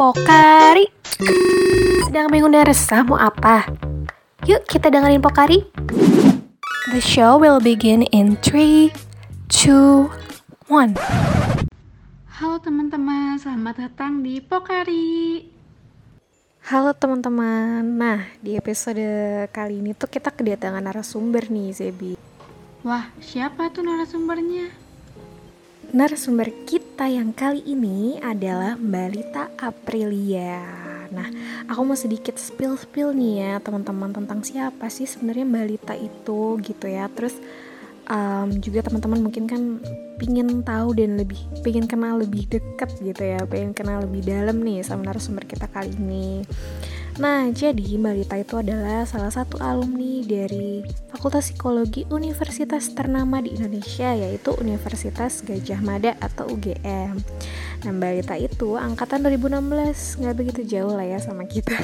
Pokari. Sedang bingung dan resah mau apa? Yuk kita dengerin Pokari. The show will begin in 3, 2, 1. Halo teman-teman, selamat datang di Pokari. Halo teman-teman. Nah, di episode kali ini tuh kita kedatangan narasumber nih, Zebi. Wah, siapa tuh narasumbernya? Narasumber kita yang kali ini adalah Mbak Lita Aprilia. Nah, aku mau sedikit spill nih ya teman-teman tentang siapa sih sebenarnya Mbak Lita itu gitu ya. Terus juga teman-teman mungkin kan pingin tahu dan pengen kenal lebih dekat gitu ya, pengen kenal lebih dalam nih sama narasumber kita kali ini. Nah, jadi Mbak Lita itu adalah salah satu alumni dari Fakultas Psikologi Universitas ternama di Indonesia, yaitu Universitas Gadjah Mada atau UGM. Nah, Mbak Lita itu angkatan 2016, nggak begitu jauh lah ya sama kita.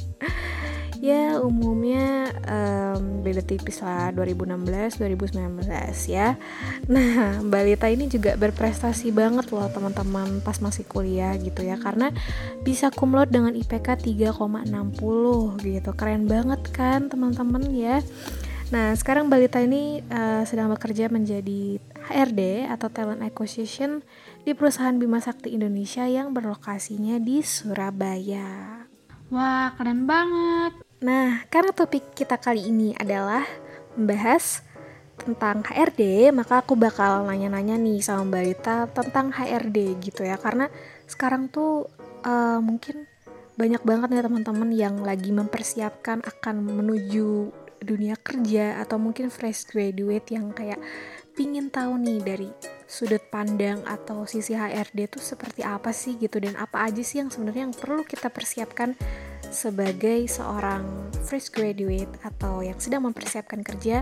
Ya umumnya beda tipis lah, 2016-2019 ya. Nah, Mbak Lita ini juga berprestasi banget loh teman-teman pas masih kuliah gitu ya, karena bisa cum laude dengan IPK 3,60 gitu. Keren banget kan teman-teman ya. Nah, sekarang Mbak Lita ini sedang bekerja menjadi HRD atau Talent Acquisition di perusahaan Bima Sakti Indonesia yang berlokasinya di Surabaya. Wah, keren banget. Nah, karena topik kita kali ini adalah membahas tentang HRD, maka aku bakal nanya-nanya nih sama Mbak Lita tentang HRD gitu ya. Karena sekarang tuh mungkin banyak banget nih teman-teman yang lagi mempersiapkan akan menuju dunia kerja atau mungkin fresh graduate yang kayak pingin tahu nih dari sudut pandang atau sisi HRD itu seperti apa sih gitu, dan apa aja sih yang sebenarnya yang perlu kita persiapkan sebagai seorang fresh graduate atau yang sedang mempersiapkan kerja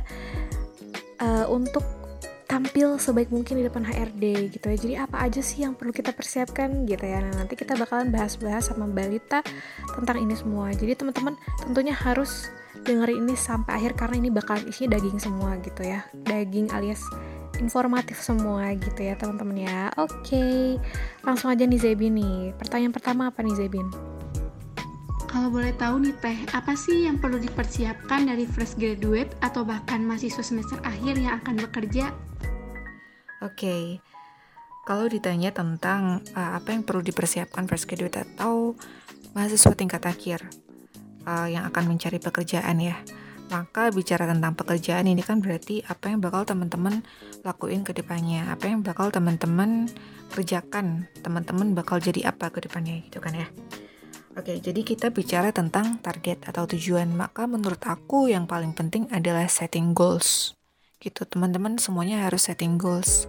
untuk tampil sebaik mungkin di depan HRD gitu ya. Jadi apa aja sih yang perlu kita persiapkan gitu ya. Nah, nanti kita bakalan bahas-bahas sama Mbak Lita tentang ini semua. Jadi teman-teman tentunya harus dengerin ini sampai akhir karena ini bakalan isinya daging semua gitu ya. Daging alias informatif semua gitu ya teman-teman ya. Oke, langsung aja nih Zebin nih. Pertanyaan pertama apa nih Zebin? Kalau boleh tahu nih Teh, apa sih yang perlu dipersiapkan dari fresh graduate atau bahkan mahasiswa semester akhir yang akan bekerja? Oke, kalau ditanya tentang apa yang perlu dipersiapkan fresh graduate atau mahasiswa tingkat akhir yang akan mencari pekerjaan ya, maka bicara tentang pekerjaan ini kan berarti apa yang bakal teman-teman lakuin ke depannya, apa yang bakal teman-teman kerjakan, teman-teman bakal jadi apa ke depannya gitu kan ya. Oke, jadi kita bicara tentang target atau tujuan, maka menurut aku yang paling penting adalah setting goals gitu. Teman-teman semuanya harus setting goals.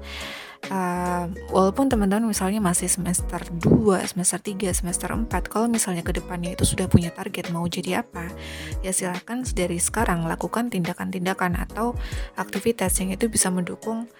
Walaupun teman-teman misalnya masih semester 2, semester 3, semester 4, kalau misalnya ke depannya itu sudah punya target mau jadi apa, ya silakan dari sekarang lakukan tindakan-tindakan atau aktivitas yang itu bisa mendukung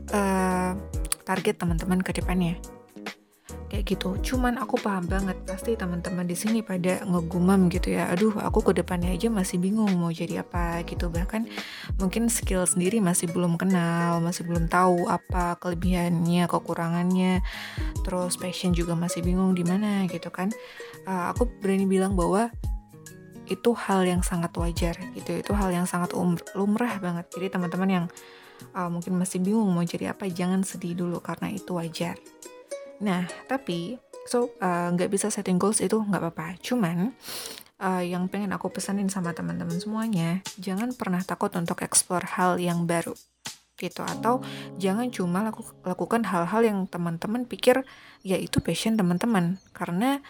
target teman-teman ke depannya. Kayak gitu. Cuman aku paham banget pasti teman-teman di sini pada ngegumam gitu ya. Aduh, aku ke depannya aja masih bingung mau jadi apa gitu. Bahkan mungkin skill sendiri masih belum kenal, masih belum tahu apa kelebihannya, kekurangannya. Terus passion juga masih bingung di mana gitu kan. Aku berani bilang bahwa itu hal yang sangat wajar gitu. Itu hal yang sangat lumrah banget. Jadi teman-teman yang mungkin masih bingung mau jadi apa, jangan sedih dulu karena itu wajar. Nah, tapi nggak bisa setting goals itu nggak apa-apa. Cuman yang pengen aku pesanin sama teman-teman semuanya, jangan pernah takut untuk explore hal yang baru gitu, atau jangan cuma lakukan hal-hal yang teman-teman pikir ya itu passion teman-teman. Karena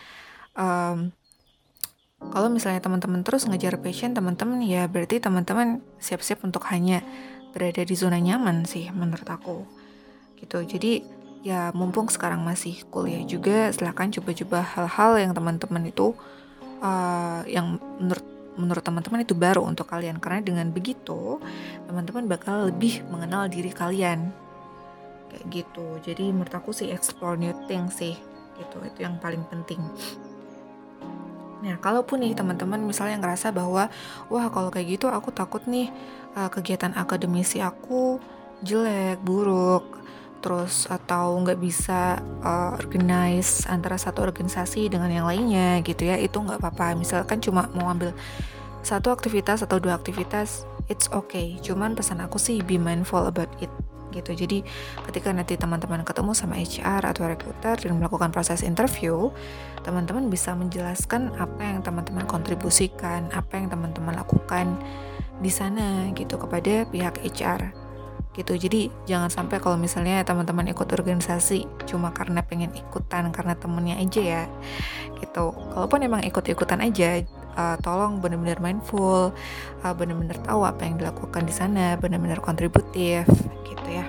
kalau misalnya teman-teman terus ngejar passion teman-teman, ya berarti teman-teman siap-siap untuk hanya berada di zona nyaman sih menurut aku gitu. Jadi ya mumpung sekarang masih kuliah juga, silakan coba-coba hal-hal yang teman-teman itu yang menurut teman-teman itu baru untuk kalian, karena dengan begitu teman-teman bakal lebih mengenal diri kalian kayak gitu. Jadi menurut aku sih explore new things sih gitu, itu yang paling penting. Nah, kalaupun nih teman-teman misalnya ngerasa bahwa wah kalau kayak gitu aku takut nih kegiatan akademisi aku jelek, buruk, terus atau nggak bisa organize antara satu organisasi dengan yang lainnya gitu ya, itu nggak apa-apa. Misalkan cuma mau ambil satu aktivitas atau dua aktivitas, it's okay. Cuman pesan aku sih be mindful about it gitu. Jadi ketika nanti teman-teman ketemu sama HR atau recruiter dan melakukan proses interview, teman-teman bisa menjelaskan apa yang teman-teman kontribusikan, apa yang teman-teman lakukan di sana gitu kepada pihak HR gitu. Jadi jangan sampai kalau misalnya teman-teman ikut organisasi cuma karena pengen ikutan karena temennya aja ya gitu. Kalaupun emang ikut-ikutan aja, tolong benar-benar mindful, benar-benar tahu apa yang dilakukan di sana, benar-benar kontributif gitu ya.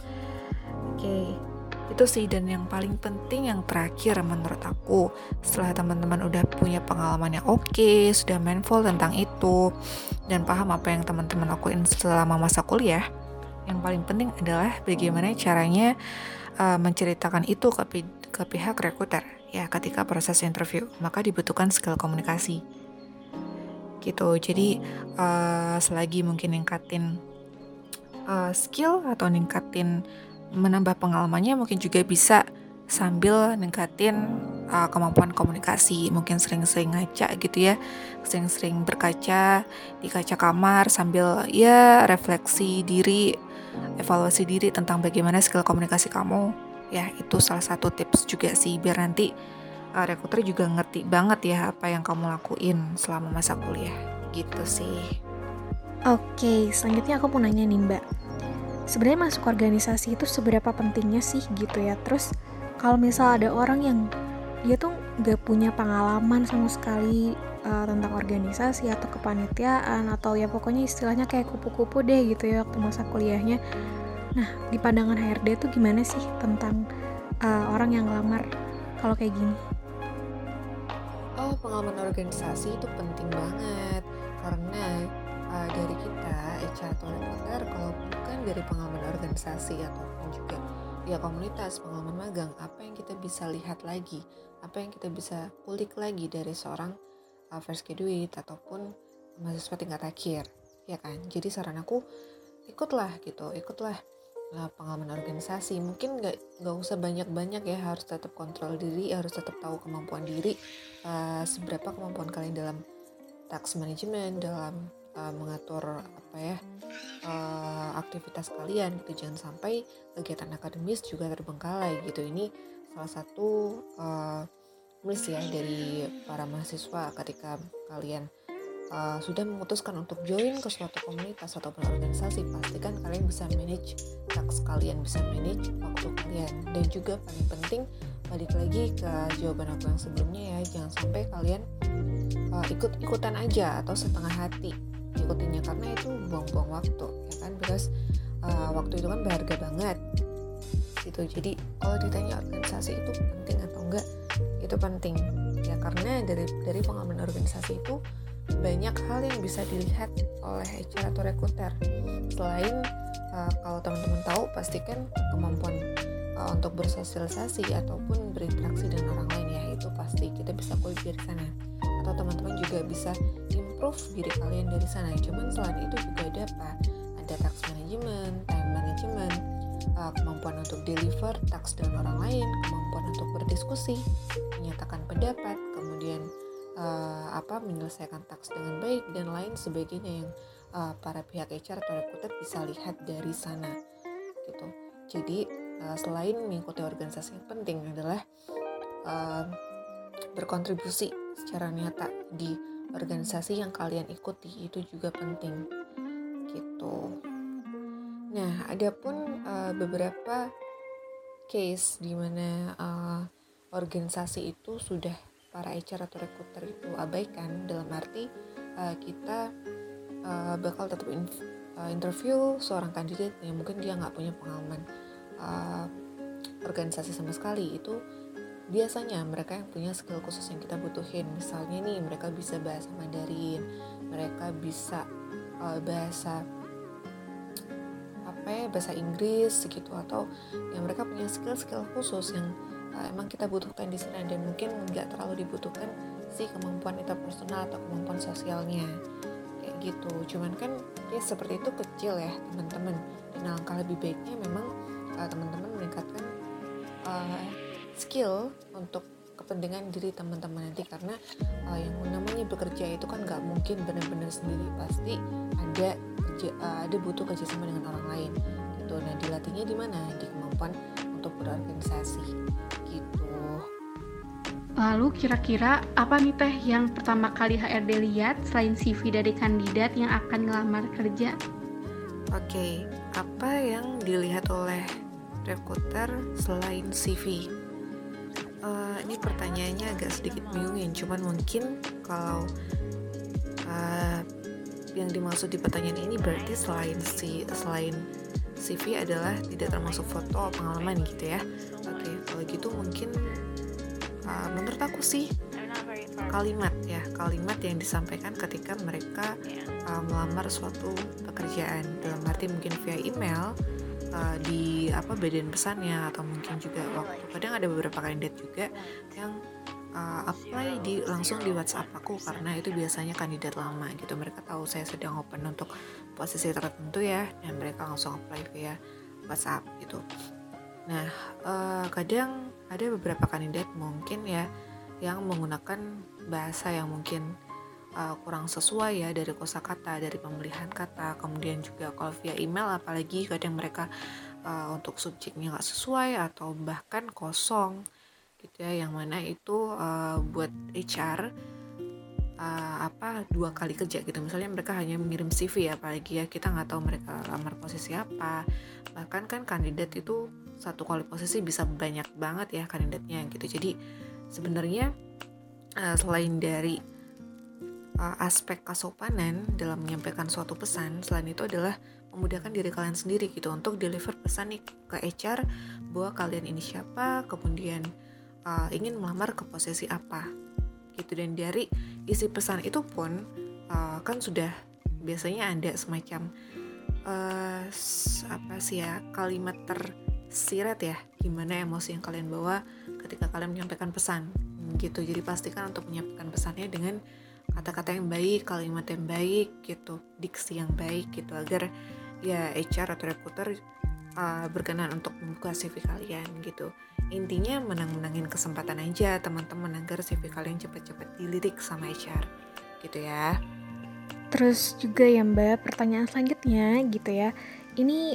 Oke, itu sih. Dan yang paling penting yang terakhir menurut aku, setelah teman-teman udah punya pengalaman yang oke, sudah mindful tentang itu dan paham apa yang teman-teman lakuin selama masa kuliah, yang paling penting adalah bagaimana caranya menceritakan itu ke pihak rekruter ya ketika proses interview. Maka dibutuhkan skill komunikasi gitu. Jadi selagi mungkin ningkatin skill atau ningkatin menambah pengalamannya, mungkin juga bisa sambil ningkatin kemampuan komunikasi. Mungkin sering-sering ngaca gitu ya, sering-sering berkaca di kaca kamar sambil ya refleksi diri, evaluasi diri tentang bagaimana skill komunikasi kamu ya. Itu salah satu tips juga sih, biar nanti rekruter juga ngerti banget ya apa yang kamu lakuin selama masa kuliah gitu sih. Oke, selanjutnya aku mau nanya nih Mbak, sebenarnya masuk organisasi itu seberapa pentingnya sih gitu ya? Terus kalau misal ada orang yang dia tuh gak punya pengalaman sama sekali tentang organisasi atau kepanitiaan, atau ya pokoknya istilahnya kayak kupu-kupu deh gitu ya waktu masa kuliahnya. Nah, di pandangan HRD tuh gimana sih tentang orang yang ngelamar kalau kayak gini? Pengalaman organisasi itu penting banget karena dari kita HR atau recruiter, kalau bukan dari pengalaman organisasi ataupun juga ya komunitas, pengalaman magang, apa yang kita bisa lihat lagi, apa yang kita bisa kulik lagi dari seorang fresh graduate ataupun mahasiswa tingkat akhir, ya kan? Jadi saran aku ikutlah pengalaman organisasi. Mungkin nggak usah banyak-banyak ya, harus tetap kontrol diri, harus tetap tahu kemampuan diri, seberapa kemampuan kalian dalam task management, dalam mengatur aktivitas kalian gitu. Jangan sampai kegiatan akademis juga terbengkalai gitu. Ini salah satu miss ya dari para mahasiswa ketika kalian sudah memutuskan untuk join ke suatu komunitas ataupun organisasi. Pastikan kalian bisa manage task kalian, bisa manage waktu kalian. Dan juga paling penting, balik lagi ke jawaban aku yang sebelumnya ya, jangan sampai kalian ikut-ikutan aja atau setengah hati ikutinnya, karena itu buang-buang waktu ya kan, because waktu itu kan berharga banget gitu. Jadi kalau ditanya organisasi itu penting atau enggak, itu penting ya, karena dari pengalaman organisasi itu banyak hal yang bisa dilihat oleh HR atau recruiter. Selain kalau teman-teman tahu, pastikan kemampuan untuk bersosialisasi ataupun berinteraksi dengan orang lain ya, itu pasti kita bisa kulik dari sana. Atau teman-teman juga bisa improve diri kalian dari sana. Cuman selain itu juga ada apa? Ada task management, time management, kemampuan untuk deliver task dengan orang lain, kemampuan untuk berdiskusi, menyatakan pendapat, kemudian menyelesaikan task dengan baik dan lain sebagainya yang para pihak HR atau recruiter bisa lihat dari sana gitu. Jadi selain mengikuti organisasi, yang penting adalah berkontribusi secara nyata di organisasi yang kalian ikuti, itu juga penting gitu. Nah, adapun beberapa case di mana organisasi itu sudah para HR atau recruiter itu abaikan, dalam arti kita bakal tetap interview seorang kandidat yang mungkin dia nggak punya pengalaman organisasi sama sekali. Itu biasanya mereka yang punya skill khusus yang kita butuhin. Misalnya nih, mereka bisa bahasa Mandarin, mereka bisa bahasa Inggris gitu, atau yang mereka punya skill khusus yang emang kita butuhkan di sana, dan mungkin nggak terlalu dibutuhkan sih kemampuan interpersonal atau kemampuan sosialnya kayak gitu. Cuman kan case seperti itu kecil ya teman-teman, dan alangkah lebih baiknya memang teman-teman meningkatkan uh, skill untuk kepentingan diri teman-teman nanti, karena yang namanya bekerja itu kan nggak mungkin benar-benar sendiri, pasti ada butuh kerjasama dengan orang lain gitu. Nah, dilatihnya di mana? Di kemampuan untuk berorganisasi gitu. Lalu kira-kira apa nih Teh yang pertama kali HRD lihat selain CV dari kandidat yang akan ngelamar kerja? Oke, apa yang dilihat oleh recruiter selain CV? Ini pertanyaannya agak sedikit bingungin, cuman mungkin kalau yang dimaksud di pertanyaan ini berarti selain CV adalah tidak termasuk foto pengalaman gitu ya. Oke, kalau gitu mungkin menurut aku sih kalimat yang disampaikan ketika mereka melamar suatu pekerjaan, dalam arti mungkin via email, di badan pesannya, atau mungkin juga kadang ada beberapa kandidat juga yang apply langsung di WhatsApp aku, karena itu biasanya kandidat lama gitu, mereka tahu saya sedang open untuk posisi tertentu ya, dan mereka langsung apply via WhatsApp gitu. Nah, kadang ada beberapa kandidat mungkin ya yang menggunakan bahasa yang mungkin kurang sesuai ya, dari kosakata, dari pemilihan kata, kemudian juga kalau via email apalagi kadang mereka untuk subjeknya nggak sesuai atau bahkan kosong gitu ya, yang mana itu buat HR dua kali kerja gitu. Misalnya mereka hanya mengirim CV ya, apalagi ya kita nggak tahu mereka lamar posisi apa, bahkan kan kandidat itu satu kali posisi bisa banyak banget ya kandidatnya gitu. Jadi sebenarnya selain dari aspek kesopanan dalam menyampaikan suatu pesan, selain itu adalah memudahkan diri kalian sendiri gitu untuk deliver pesan nih ke HR bahwa kalian ini siapa, kemudian ingin melamar ke posisi apa gitu. Dan dari isi pesan itu pun kan sudah biasanya ada semacam kalimat tersirat ya, gimana emosi yang kalian bawa ketika kalian menyampaikan pesan gitu. Jadi pastikan untuk menyampaikan pesannya dengan kata-kata yang baik, kalimat yang baik gitu, diksi yang baik gitu, agar ya HR atau recruiter berkenan untuk membuka CV kalian gitu. Intinya menang-menangin kesempatan aja teman-teman, agar CV kalian cepat-cepat dilirik sama HR gitu ya. Terus juga ya Mbak, pertanyaan selanjutnya gitu ya, ini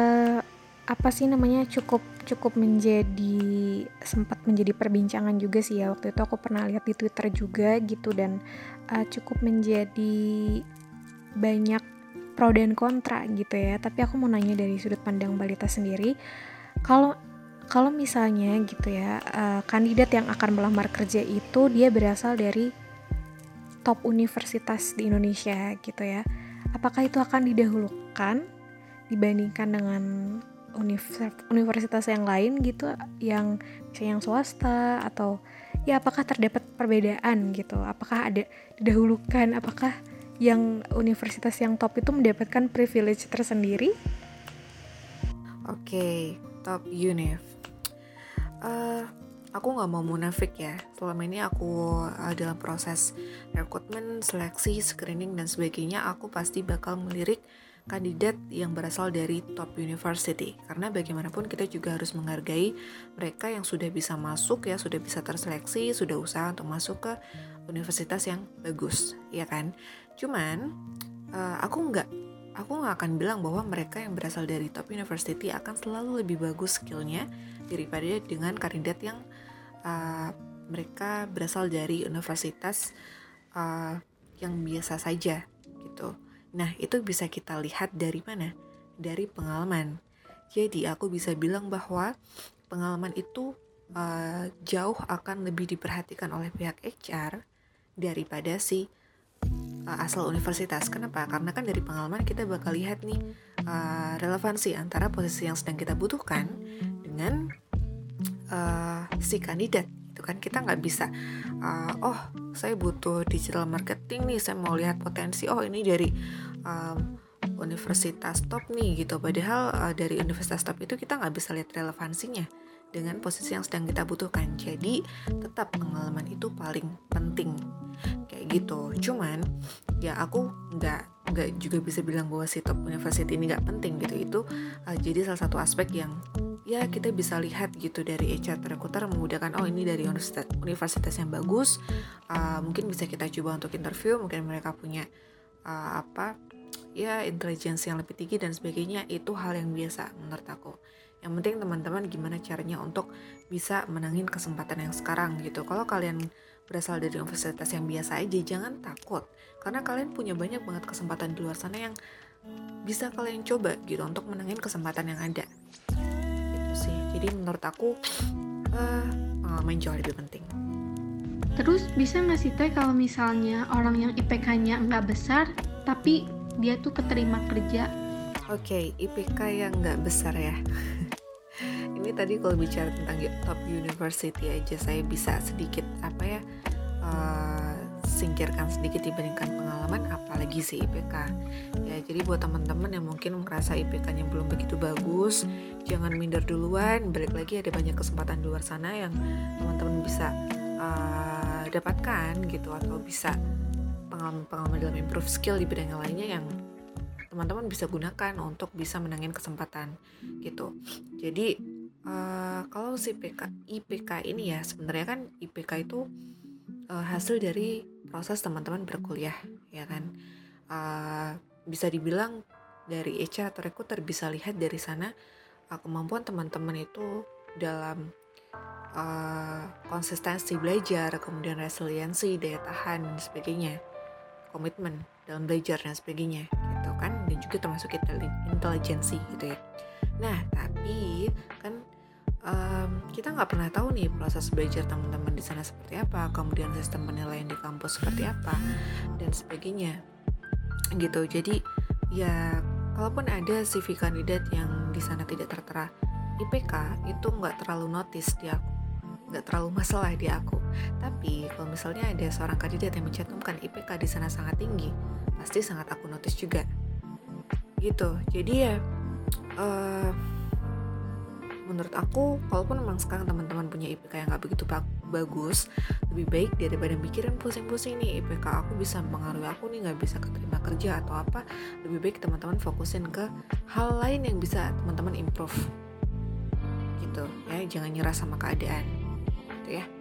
cukup sempat menjadi perbincangan juga sih ya, waktu itu aku pernah lihat di Twitter juga gitu, dan cukup menjadi banyak pro dan kontra gitu ya. Tapi aku mau nanya dari sudut pandang Balita sendiri, kalau misalnya gitu ya, kandidat yang akan melamar kerja itu dia berasal dari top universitas di Indonesia gitu ya, apakah itu akan didahulukan dibandingkan dengan universitas yang lain gitu, yang misalnya yang swasta, atau ya apakah terdapat perbedaan gitu, apakah ada didahulukan, apakah yang universitas yang top itu mendapatkan privilege tersendiri? Oke, top univ. Aku nggak mau munafik ya, selama ini aku dalam proses rekrutmen, seleksi, screening dan sebagainya, aku pasti bakal melirik kandidat yang berasal dari top university, karena bagaimanapun kita juga harus menghargai mereka yang sudah bisa masuk ya, sudah bisa terseleksi, sudah usaha untuk masuk ke universitas yang bagus, ya kan? Cuman aku nggak akan bilang bahwa mereka yang berasal dari top university akan selalu lebih bagus skillnya daripada dengan kandidat yang mereka berasal dari universitas yang biasa saja gitu. Nah, itu bisa kita lihat dari mana? Dari pengalaman. Jadi aku bisa bilang bahwa pengalaman itu jauh akan lebih diperhatikan oleh pihak HR daripada si asal universitas. Kenapa? Karena kan dari pengalaman kita bakal lihat nih relevansi antara posisi yang sedang kita butuhkan dengan si kandidat. Itu kan kita nggak bisa saya butuh digital marketing nih, saya mau lihat potensi, ini dari universitas top nih gitu, padahal dari universitas top itu kita nggak bisa lihat relevansinya dengan posisi yang sedang kita butuhkan. Jadi tetap pengalaman itu paling penting kayak gitu. Cuman ya aku nggak nggak juga bisa bilang bahwa si top university ini nggak penting gitu. Itu jadi salah satu aspek yang ya kita bisa lihat gitu dari HR recruiter, memudahkan, oh ini dari universitas yang bagus, mungkin bisa kita coba untuk interview, mungkin mereka punya intelijensi yang lebih tinggi dan sebagainya. Itu hal yang biasa menurut aku. Yang penting teman-teman gimana caranya untuk bisa menangin kesempatan yang sekarang gitu. Kalau kalian berasal dari universitas yang biasa aja, jangan takut, karena kalian punya banyak banget kesempatan di luar sana yang bisa kalian coba gitu untuk menangin kesempatan yang ada gitu sih. Jadi menurut aku pengalaman jauh lebih penting. Terus bisa nggak sih Teh kalau misalnya orang yang IPK-nya nggak besar tapi dia tuh keterima kerja? Oke, IPK yang nggak besar ya. Ini tadi kalau bicara tentang top university aja saya bisa sedikit singkirkan sedikit dibandingkan pengalaman, apalagi si IPK ya. Jadi buat teman-teman yang mungkin merasa IPK-nya belum begitu bagus, jangan minder duluan. Balik lagi, ada banyak kesempatan di luar sana yang teman-teman bisa dapatkan gitu, atau bisa pengalaman dalam improve skill di bidang yang lainnya yang teman-teman bisa gunakan untuk bisa menangin kesempatan gitu. Jadi kalau si IPK ini ya, sebenarnya kan IPK itu hasil dari proses teman-teman berkuliah ya kan. Bisa dibilang dari HR atau recruiter bisa lihat dari sana kemampuan teman-teman itu dalam konsistensi belajar, kemudian resiliensi, daya tahan dan sebagainya, komitmen dalam belajar dan sebagainya gitu kan, dan juga termasuk intelijensi gitu ya. Nah tapi kan kita nggak pernah tahu nih proses belajar teman-teman di sana seperti apa, kemudian sistem penilaian di kampus seperti apa dan sebagainya gitu. Jadi ya kalaupun ada CV kandidat yang di sana tidak tertera IPK, itu nggak terlalu notice di aku, nggak terlalu masalah di aku. Tapi kalau misalnya ada seorang kandidat yang mencantumkan IPK di sana sangat tinggi, pasti sangat aku notice juga gitu. Jadi ya menurut aku, kalaupun memang sekarang teman-teman punya IPK yang gak begitu bagus, lebih baik daripada mikirin pusing-pusing nih IPK aku bisa mempengaruhi aku nih gak bisa keterima kerja atau apa, lebih baik teman-teman fokusin ke hal lain yang bisa teman-teman improve gitu ya. Jangan nyerah sama keadaan gitu ya.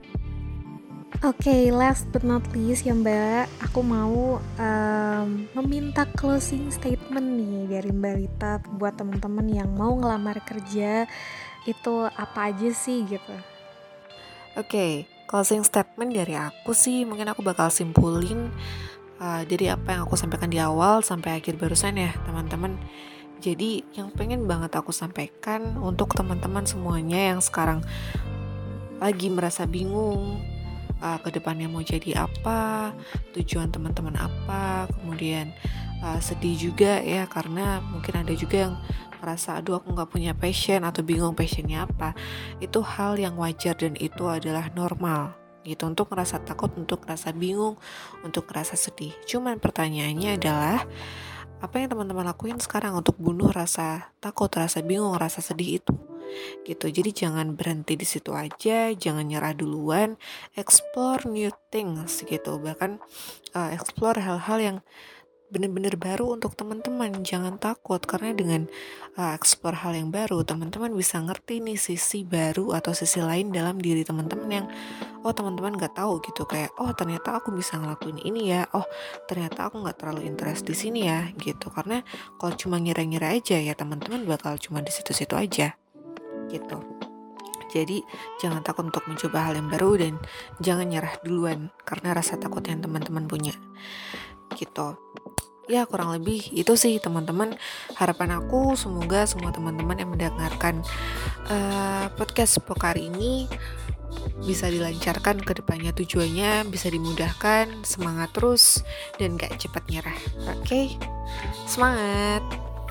Oke, last but not least ya Mbak, aku mau meminta closing statement nih dari Mbak Lita buat teman-teman yang mau ngelamar kerja, itu apa aja sih gitu. Oke, closing statement dari aku sih mungkin aku bakal simpulin dari apa yang aku sampaikan di awal sampai akhir barusan ya teman-teman. Jadi yang pengen banget aku sampaikan untuk teman-teman semuanya yang sekarang lagi merasa bingung ke depannya mau jadi apa, tujuan teman-teman apa, kemudian sedih juga ya karena mungkin ada juga yang merasa aduh aku gak punya passion atau bingung passionnya apa. Itu hal yang wajar dan itu adalah normal gitu, untuk merasa takut, untuk merasa bingung, untuk merasa sedih. Cuman pertanyaannya adalah apa yang teman-teman lakuin sekarang untuk bunuh rasa takut, rasa bingung, rasa sedih itu gitu. Jadi jangan berhenti di situ aja, jangan nyerah duluan, explore new things gitu, bahkan explore hal-hal yang benar-benar baru untuk teman-teman. Jangan takut, karena dengan explore hal yang baru, teman-teman bisa ngerti nih sisi baru atau sisi lain dalam diri teman-teman yang teman-teman gak tahu gitu, kayak ternyata aku bisa ngelakuin ini ya, ternyata aku gak terlalu interest di sini ya gitu. Karena kalau cuma ngira-ngira aja ya teman-teman bakal cuma di situ-situ aja gitu. Jadi jangan takut untuk mencoba hal yang baru dan jangan nyerah duluan karena rasa takut yang teman-teman punya gitu. Ya kurang lebih itu sih teman-teman. Harapan aku semoga semua teman-teman yang mendengarkan podcast Pokari ini bisa dilancarkan ke depannya, tujuannya bisa dimudahkan, semangat terus dan gak cepat nyerah. Oke? Semangat.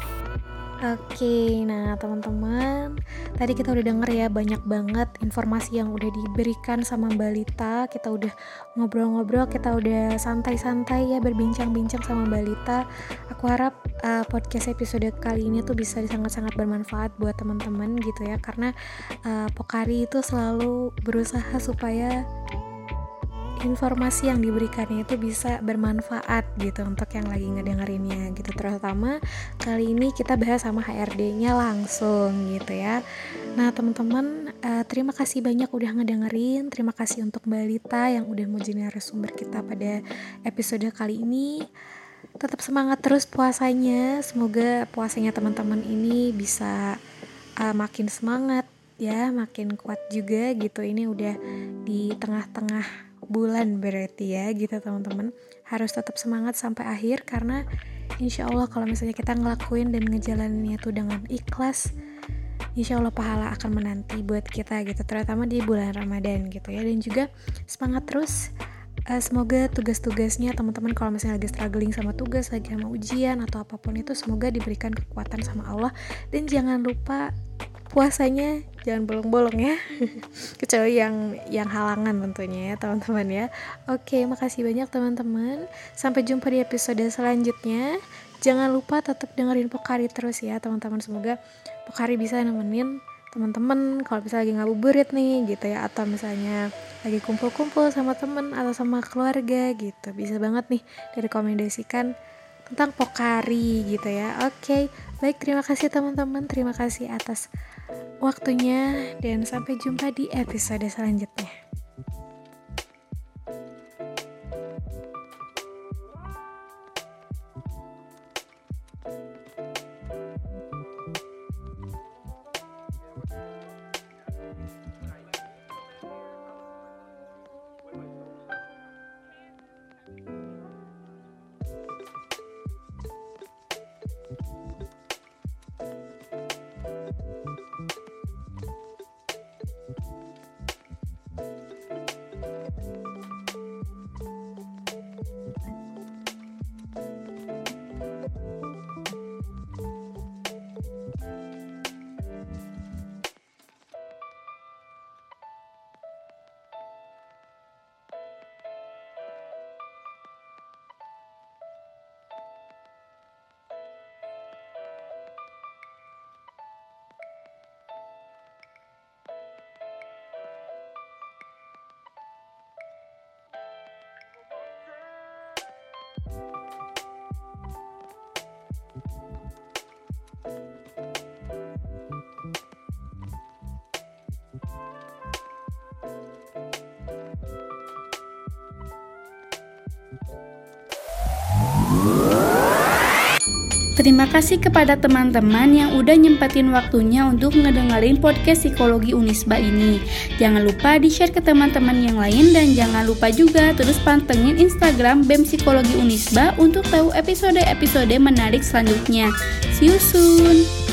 Oke, nah teman-teman, tadi kita udah denger ya banyak banget informasi yang udah diberikan sama Mbak Lita. Kita udah ngobrol-ngobrol, kita udah santai-santai ya berbincang-bincang sama Mbak Lita. Aku harap podcast episode kali ini tuh bisa sangat-sangat bermanfaat buat teman-teman gitu ya, karena Pokari itu selalu berusaha supaya informasi yang diberikannya itu bisa bermanfaat gitu untuk yang lagi ngedengerinnya gitu. Terutama kali ini kita bahas sama HRD-nya langsung gitu ya. Nah teman-teman, terima kasih banyak udah ngedengerin. Terima kasih untuk Mbak Lita yang udah mau jadi narasumber kita pada episode kali ini. Tetap semangat terus puasanya. Semoga puasanya teman-teman ini bisa makin semangat ya, makin kuat juga gitu. Ini udah di tengah-tengah bulan berarti ya gitu teman-teman. Harus tetap semangat sampai akhir, karena insya Allah kalau misalnya kita ngelakuin dan ngejalaninnya tuh dengan ikhlas, insya Allah pahala akan menanti buat kita gitu, terutama di bulan Ramadan gitu ya. Dan juga semangat terus. Semoga tugas-tugasnya teman-teman kalau misalnya lagi struggling sama tugas, lagi sama ujian atau apapun itu, semoga diberikan kekuatan sama Allah. Dan jangan lupa puasanya jangan bolong-bolong ya. Kecuali yang halangan tentunya ya teman-teman ya. Oke, makasih banyak teman-teman. Sampai jumpa di episode selanjutnya. Jangan lupa tetap dengerin Pokari terus ya teman-teman. Semoga Pokari bisa nemenin teman-teman kalau misalnya lagi ngabuburit nih gitu ya, atau misalnya lagi kumpul-kumpul sama temen atau sama keluarga gitu. Bisa banget nih direkomendasikan tentang Pokari gitu ya. Oke, baik, terima kasih teman-teman. Terima kasih atas waktunya dan sampai jumpa di episode selanjutnya. Terima kasih kepada teman-teman yang udah nyempetin waktunya untuk ngedengerin podcast Psikologi Unisba ini. Jangan lupa di-share ke teman-teman yang lain, dan jangan lupa juga terus pantengin Instagram BEM Psikologi Unisba untuk tahu episode-episode menarik selanjutnya. See you soon!